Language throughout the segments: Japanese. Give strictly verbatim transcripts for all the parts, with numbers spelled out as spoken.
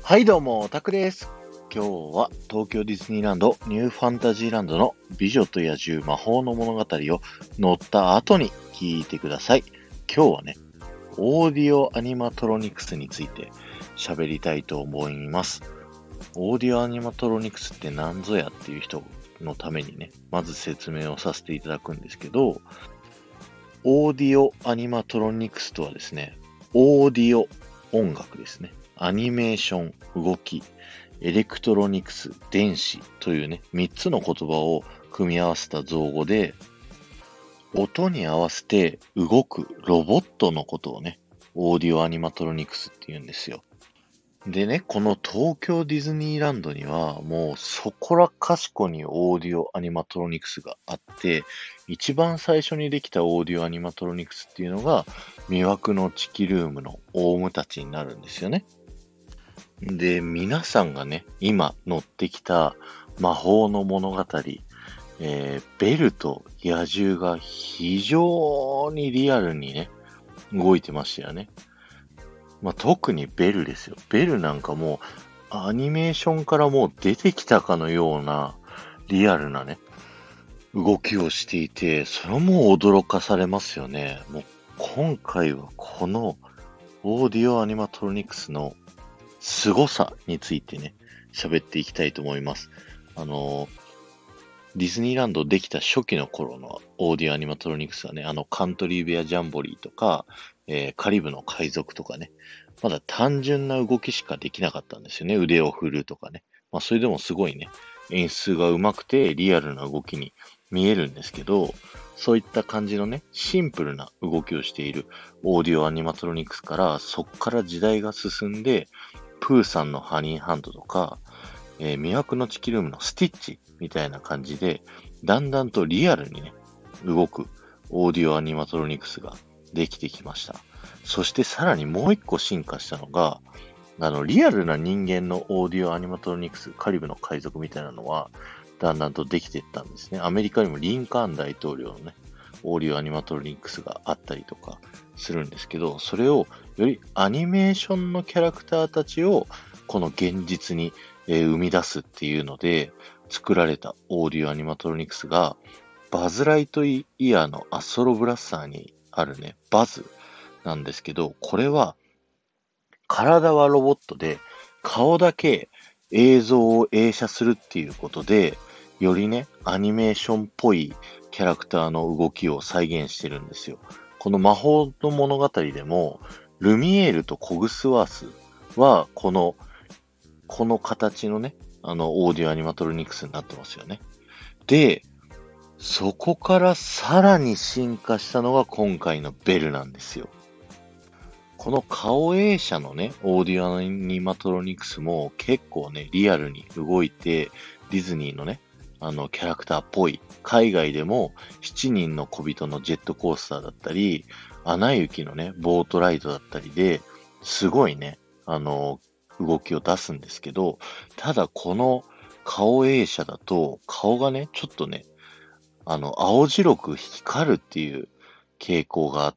はいどうも、オタクです。今日は東京ディズニーランドニューファンタジーランドの美女と野獣魔法の物語を乗った後に聞いてください。今日はね、オーディオアニマトロニクスについて喋りたいと思います。オーディオアニマトロニクスって何ぞやっていう人のためにね、まず説明をさせていただくんですけど、オーディオアニマトロニクスとはですね、オーディオ音楽ですね。アニメーション、動き、エレクトロニクス、電子というね、みっつの言葉を組み合わせた造語で、音に合わせて動くロボットのことをね、オーディオアニマトロニクスって言うんですよ。でね、この東京ディズニーランドにはもうそこらかしこにオーディオアニマトロニクスがあって、一番最初にできたオーディオアニマトロニクスっていうのが、魅惑のチキルームのオウムたちになるんですよね。で、皆さんがね、今乗ってきた魔法の物語、えー、ベルと野獣が非常にリアルにね、動いてましたよね。まあ、特にベルですよ。ベルなんかもうアニメーションからもう出てきたかのようなリアルなね、動きをしていて、それも驚かされますよね。もう今回はこのオーディオアニマトロニクスの凄さについてね、喋っていきたいと思います。あの、ディズニーランドできた初期の頃のオーディオアニマトロニクスはね、あのカントリーベアジャンボリーとか、えーカリブの海賊とかね、まだ単純な動きしかできなかったんですよね。腕を振るとかね。まあそれでもすごいね、演出が上手くてリアルな動きに見えるんですけど、そういった感じのね、シンプルな動きをしているオーディオアニマトロニクスから、そっから時代が進んで、プーさんのハニーハンドとか、えー魅惑のチキルームのスティッチみたいな感じで、だんだんとリアルにね、動くオーディオアニマトロニクスができてきました。そしてさらにもう一個進化したのが、あの、リアルな人間のオーディオアニマトロニクス、カリブの海賊みたいなのは、だんだんとできていったんですね。アメリカにもリンカーン大統領のね、オーディオアニマトロニクスがあったりとかするんですけど、それをよりアニメーションのキャラクターたちをこの現実に、えー生み出すっていうので作られたオーディオアニマトロニクスが、バズ・ライトイヤーのアストロブラスターにあるね、バズなんですけど、これは体はロボットで顔だけ映像を映写するっていうことで、よりね、アニメーションっぽいキャラクターの動きを再現してるんですよ。この魔法の物語でも、ルミエールとコグスワースは、この、この形のね、あの、オーディオアニマトロニクスになってますよね。で、そこからさらに進化したのが今回のベルなんですよ。この顔映写のね、オーディオアニマトロニクスも結構ね、リアルに動いて、ディズニーのね、あの、キャラクターっぽい。海外でも、しちにんの小人のジェットコースターだったり、アナ雪のね、ボートライドだったりで、すごいね、あの、動きを出すんですけど、ただこの顔映写だと、顔がね、ちょっとね、あの、青白く光るっていう傾向があって、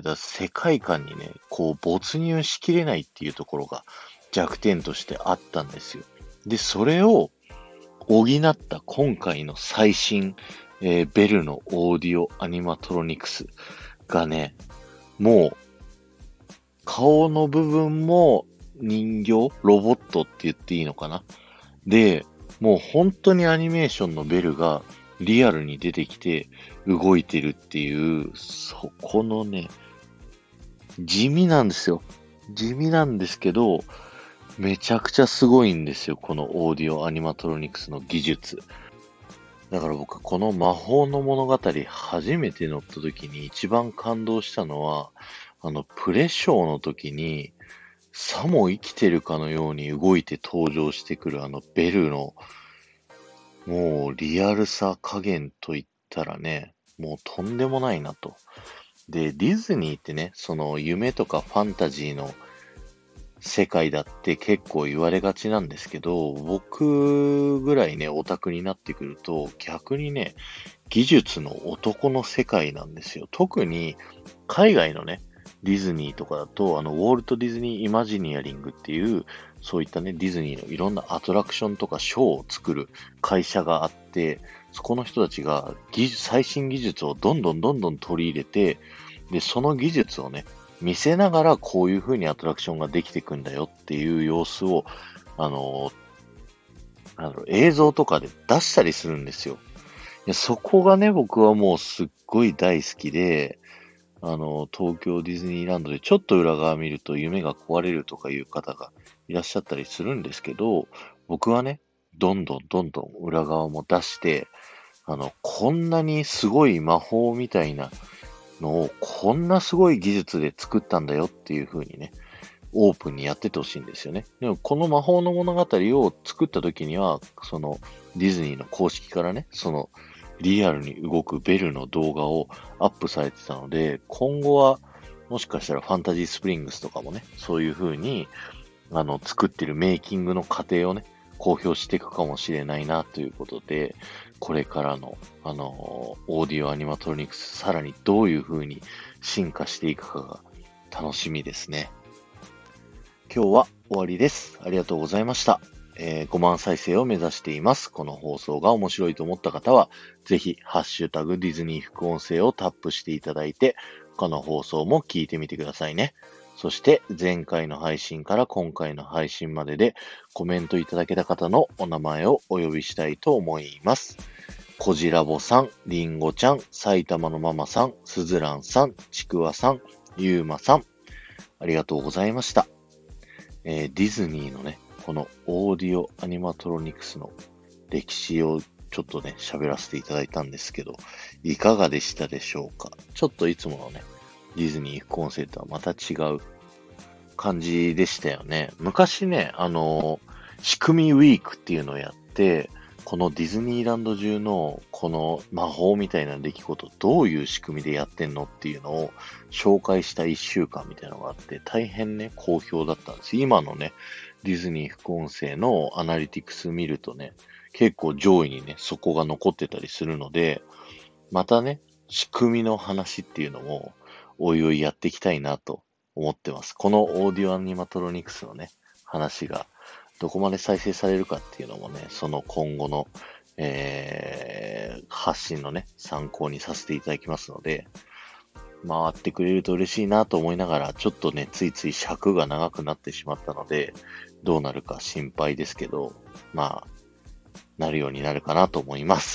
だ世界観にね、こう没入しきれないっていうところが弱点としてあったんですよ。で、それを補った今回の最新、えーベルのオーディオアニマトロニクスがね、もう顔の部分も人形、ロボットって言っていいのかな。で、もう本当にアニメーションのベルがリアルに出てきて動いてるっていう、そこのね、地味なんですよ。地味なんですけど、めちゃくちゃすごいんですよ。このオーディオアニマトロニクスの技術。だから僕、この魔法の物語初めて乗った時に一番感動したのは、あの、プレショーの時に、さも生きてるかのように動いて登場してくるあのベルの、もうリアルさ加減といったらね、もうとんでもないなと。で、ディズニーってね、その夢とかファンタジーの世界だって結構言われがちなんですけど、僕ぐらいね、オタクになってくると、逆にね、技術の男の世界なんですよ。特に海外のね、 ディズニーとかだと、あの、ウォルト・ディズニー・イマジニアリングっていう、そういったね、ディズニーのいろんなアトラクションとかショーを作る会社があって、そこの人たちが技術、最新技術をどんどんどんどん取り入れて、で、その技術をね、見せながらこういう風にアトラクションができていくんだよっていう様子を、あの、あの映像とかで出したりするんですよ。いや、そこがね、僕はもうすっごい大好きで、あの、東京ディズニーランドでちょっと裏側見ると夢が壊れるとかいう方がいらっしゃったりするんですけど、僕はね、どんどんどんどん裏側も出して、あの、こんなにすごい魔法みたいなのを、こんなすごい技術で作ったんだよっていう風にね、オープンにやっててほしいんですよね。でも、この魔法の物語を作った時には、その、ディズニーの公式からね、その、リアルに動くベルの動画をアップされてたので、今後は、もしかしたらファンタジースプリングスとかもね、そういう風に、あの、作ってるメイキングの過程をね、公表していくかもしれないなということで、これからの、あの、オーディオアニマトロニクス、さらにどういう風に進化していくかが楽しみですね。今日は終わりです。ありがとうございました。えー、ごまん再生を目指しています。この放送が面白いと思った方は、ぜひ、ハッシュタグディズニー副音声をタップしていただいて、他の放送も聞いてみてくださいね。そして、前回の配信から今回の配信まででコメントいただけた方のお名前をお呼びしたいと思います。こじらぼさん、りんごちゃん、埼玉のママさん、すずらんさん、ちくわさん、ゆうまさん、ありがとうございました。えー、ディズニーのね、このオーディオアニマトロニクスの歴史をちょっとね、喋らせていただいたんですけど、いかがでしたでしょうか？ちょっといつものね、ディズニー副音声とはまた違う感じでしたよね。昔ね、あの、仕組みウィークっていうのをやって、このディズニーランド中のこの魔法みたいな出来事、どういう仕組みでやってんのっていうのを紹介したいっしゅうかんみたいなのがあって、大変ね、好評だったんです。今のね、ディズニー副音声のアナリティクス見るとね、結構上位にね、そこが残ってたりするので、またね、仕組みの話っていうのも、おいおいやっていきたいなと思ってます。このオーディオアニマトロニクスのね、話がどこまで再生されるかっていうのもね、その今後の、えー、発信のね、参考にさせていただきますので、回ってくれると嬉しいなと思いながら、ちょっとね、ついつい尺が長くなってしまったので、どうなるか心配ですけど、まあ、なるようになるかなと思います。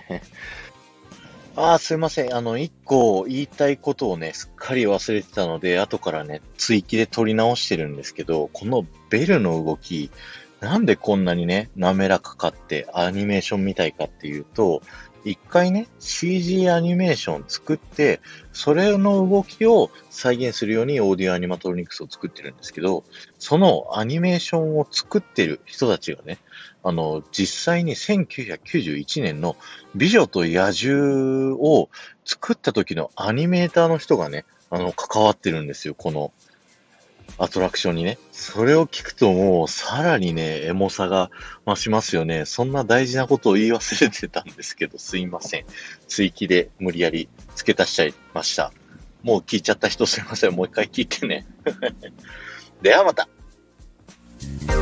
ああ、すいません。あの、一個言いたいことをね、すっかり忘れてたので、後からね、追記で撮り直してるんですけど、このベルの動き、なんでこんなにね、滑らかかってアニメーションみたいかっていうと、一回ね、シージー アニメーション作って、それの動きを再現するようにオーディオアニマトロニクスを作ってるんですけど、そのアニメーションを作ってる人たちがね、あの、実際にせんきゅうひゃくきゅうじゅういちねんの美女と野獣を作った時のアニメーターの人がね、あの、関わってるんですよ、このアトラクションにね。それを聞くともう、さらにね、エモさが増しますよね。そんな大事なことを言い忘れてたんですけど、すいません。追記で無理やり付け足しちゃいました。もう聞いちゃった人すいません。もう一回聞いてね。ではまた。